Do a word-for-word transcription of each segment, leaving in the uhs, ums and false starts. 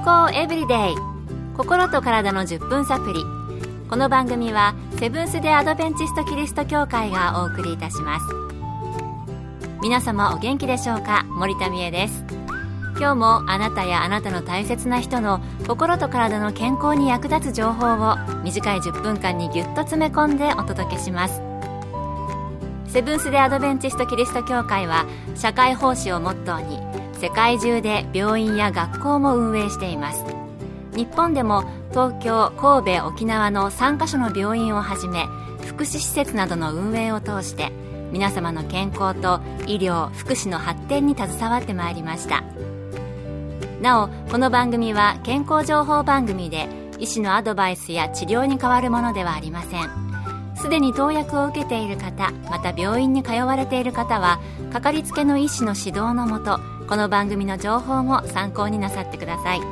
康エブリデイ、心と体のじゅっぷんサプリ。この番組はセブンス・デ・アドベンチスト・キリスト教会がお送りいたします。皆様お元気でしょうか。森田美恵です。今日もあなたやあなたの大切な人の心と体の健康に役立つ情報を短いじゅっぷんかんにぎゅっと詰め込んでお届けします。セブンス・デ・アドベンチスト・キリスト教会は社会奉仕をモットーに世界中で病院や学校も運営しています。日本でも東京、神戸、沖縄のさんカ所の病院をはじめ福祉施設などの運営を通して皆様の健康と医療・福祉の発展に携わってまいりました。なお、この番組は健康情報番組で医師のアドバイスや治療に代わるものではありません。すでに投薬を受けている方、また病院に通われている方はかかりつけの医師の指導のもと、この番組の情報も参考になさってください。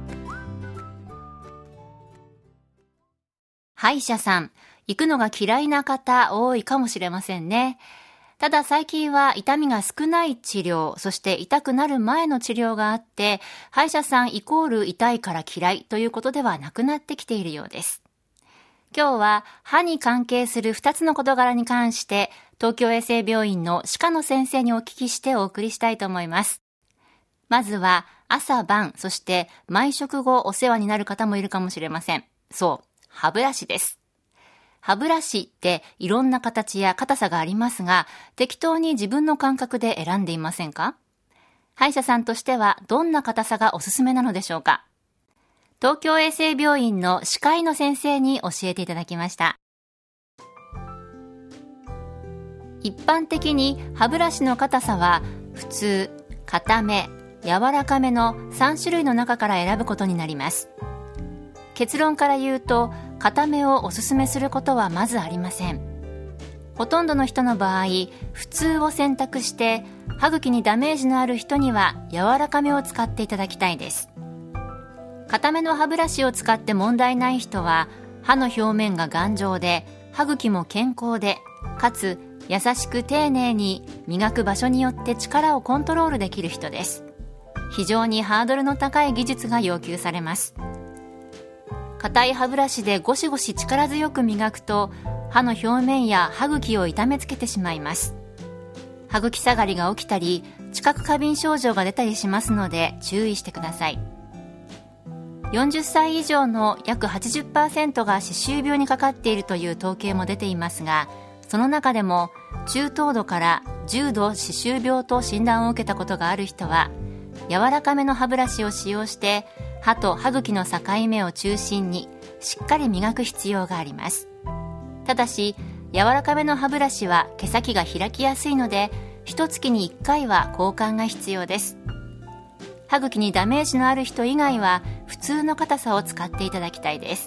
歯医者さん、行くのが嫌いな方多いかもしれませんね。ただ最近は痛みが少ない治療、そして痛くなる前の治療があって、歯医者さんイコール痛いから嫌いということではなくなってきているようです。今日は歯に関係するふたつの事柄に関して東京衛生病院の歯科の先生にお聞きしてお送りしたいと思います。まずは朝晩、そして毎食後お世話になる方もいるかもしれません。そう、歯ブラシです。歯ブラシっていろんな形や硬さがありますが、適当に自分の感覚で選んでいませんか？歯医者さんとしてはどんな硬さがおすすめなのでしょうか？東京衛生病院の歯科医の先生に教えていただきました。一般的に歯ブラシの硬さは普通、硬め、柔らかめのさん種類の中から選ぶことになります。結論から言うと、硬めをおすすめすることはまずありません。ほとんどの人の場合、普通を選択して歯茎にダメージのある人には柔らかめを使っていただきたいです。硬めの歯ブラシを使って問題ない人は歯の表面が頑丈で歯茎も健康で、かつ優しく丁寧に磨く場所によって力をコントロールできる人です。非常にハードルの高い技術が要求されます。硬い歯ブラシでゴシゴシ力強く磨くと歯の表面や歯茎を痛めつけてしまいます。歯茎下がりが起きたり知覚過敏症状が出たりしますので注意してください。よんじゅっさい以上の約 はちじゅっパーセント が歯周病にかかっているという統計も出ていますが、その中でも中等度から重度歯周病と診断を受けたことがある人は柔らかめの歯ブラシを使用して歯と歯茎の境目を中心にしっかり磨く必要があります。ただし柔らかめの歯ブラシは毛先が開きやすいのでいっかげつにいっかいは交換が必要です。歯茎にダメージのある人以外は普通の硬さを使っていただきたいです。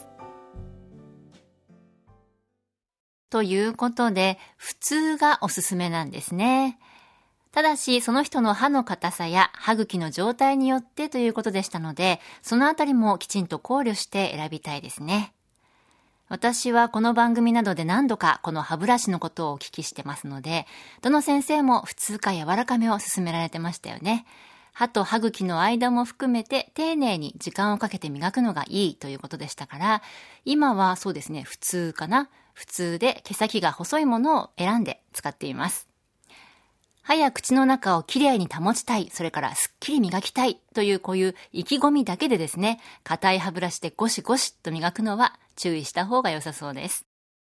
ということで普通がおすすめなんですね。ただしその人の歯の硬さや歯茎の状態によってということでしたので、そのあたりもきちんと考慮して選びたいですね。私はこの番組などで何度かこの歯ブラシのことをお聞きしてますので、どの先生も普通か柔らかめを勧められてましたよね。歯と歯茎の間も含めて丁寧に時間をかけて磨くのがいいということでしたから、今はそうですね、普通かな。普通で毛先が細いものを選んで使っています。歯や口の中をきれいに保ちたい、それからすっきり磨きたいというこういう意気込みだけでですね、硬い歯ブラシでゴシゴシと磨くのは注意した方が良さそうです。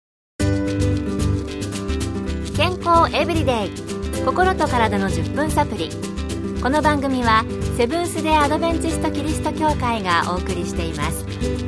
健康エブリデイ、心と体のじゅっぷんサプリ。この番組はセブンス・デ・アドベンチスト・キリスト教会がお送りしています。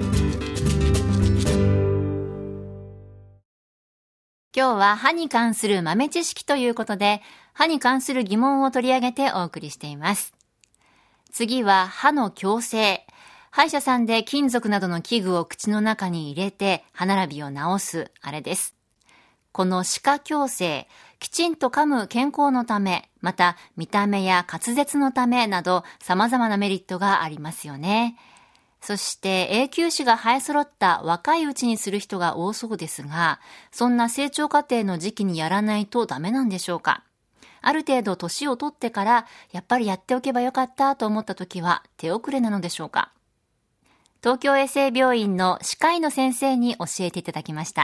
今日は歯に関する豆知識ということで、歯に関する疑問を取り上げてお送りしています。次は歯の矯正。歯医者さんで金属などの器具を口の中に入れて歯並びを直すあれです。この歯科矯正、きちんと噛む健康のため、また見た目や滑舌のためなど様々なメリットがありますよね。そして永久歯が生え揃った若いうちにする人が多そうですが、そんな成長過程の時期にやらないとダメなんでしょうか。ある程度年を取ってからやっぱりやっておけばよかったと思った時は手遅れなのでしょうか。 東京衛生病院の歯科医の先生に教えていただきました。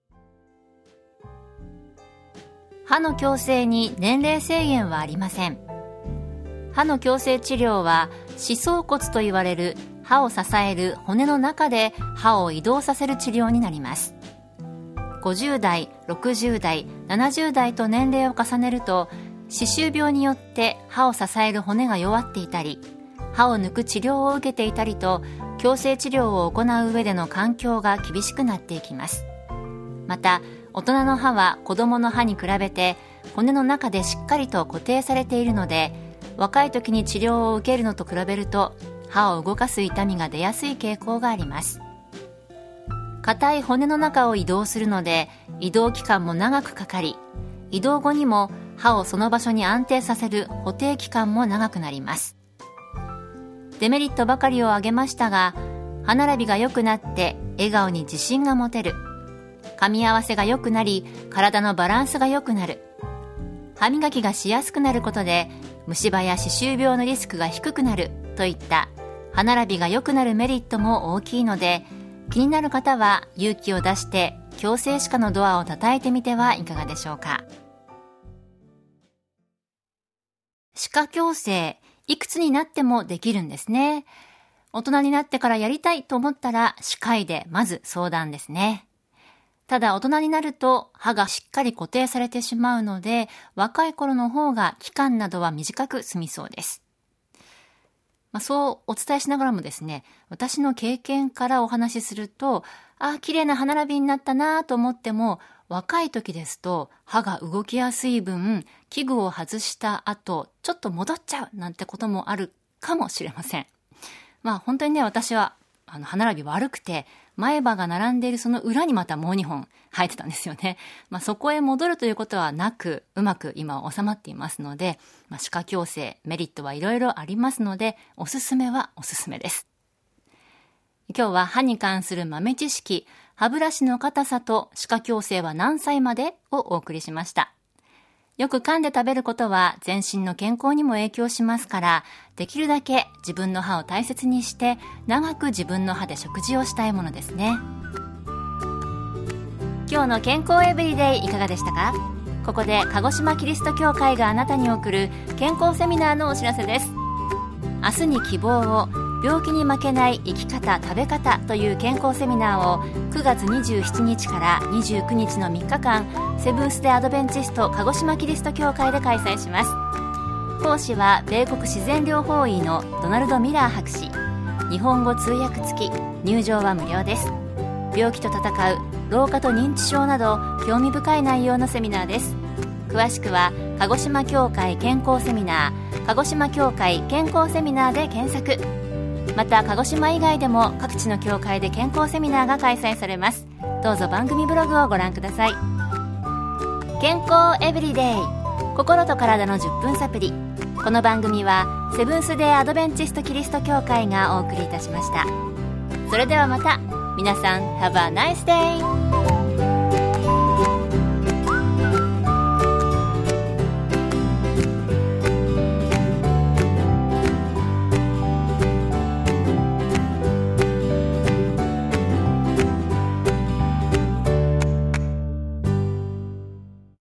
歯の矯正に年齢制限はありません。歯の矯正治療は歯槽骨と言われる歯を支える骨の中で歯を移動させる治療になります。ごじゅう代、ろくじゅう代、ななじゅう代と年齢を重ねると、歯周病によって歯を支える骨が弱っていたり、歯を抜く治療を受けていたりと、矯正治療を行う上での環境が厳しくなっていきます。また、大人の歯は子供の歯に比べて骨の中でしっかりと固定されているので、若い時に治療を受けるのと比べると歯を動かす痛みが出やすい傾向があります。硬い骨の中を移動するので移動期間も長くかかり、移動後にも歯をその場所に安定させる補定期間も長くなります。デメリットばかりを挙げましたが、歯並びが良くなって笑顔に自信が持てる、噛み合わせが良くなり体のバランスが良くなる、歯磨きがしやすくなることで虫歯や歯周病のリスクが低くなるといった歯並びが良くなるメリットも大きいので、気になる方は勇気を出して矯正歯科のドアを叩いてみてはいかがでしょうか。歯科矯正、いくつになってもできるんですね。大人になってからやりたいと思ったら歯科医でまず相談ですね。ただ大人になると歯がしっかり固定されてしまうので、若い頃の方が期間などは短く済みそうです。まあ、そうお伝えしながらもですね、私の経験からお話しすると、あ、綺麗な歯並びになったなと思っても、若い時ですと歯が動きやすい分、器具を外した後ちょっと戻っちゃうなんてこともあるかもしれません。まあ本当にね、私はあの歯並び悪くて、前歯が並んでいるその裏にまたもうにほん生えてたんですよね。まあそこへ戻るということはなく、うまく今は収まっていますので、まあ、歯科矯正メリットはいろいろありますので、おすすめはおすすめです。今日は歯に関する豆知識、歯ブラシの硬さと歯科矯正は何歳までをお送りしました。よく噛んで食べることは全身の健康にも影響しますから、できるだけ自分の歯を大切にして長く自分の歯で食事をしたいものですね。今日の健康エブリデイいかがでしたか？ここで鹿児島キリスト教会があなたに送る健康セミナーのお知らせです。明日に希望を、病気に負けない生き方食べ方という健康セミナーをくがつにじゅうしちにちからにじゅうくにちのみっかかん、セブンス・デ・アドベンチスト鹿児島キリスト教会で開催します。講師は米国自然療法医のドナルド・ミラー博士。日本語通訳付き、入場は無料です。病気と闘う、老化と認知症など興味深い内容のセミナーです。詳しくは鹿児島協会健康セミナー、鹿児島協会健康セミナーで検索。また鹿児島以外でも各地の協会で健康セミナーが開催されます。どうぞ番組ブログをご覧ください。健康エブリデイ、心と体のじゅっぷんサプリ。この番組はセブンス・デー・アドベンチスト・キリスト教会がお送りいたしました。それではまた、皆さん Have a nice day!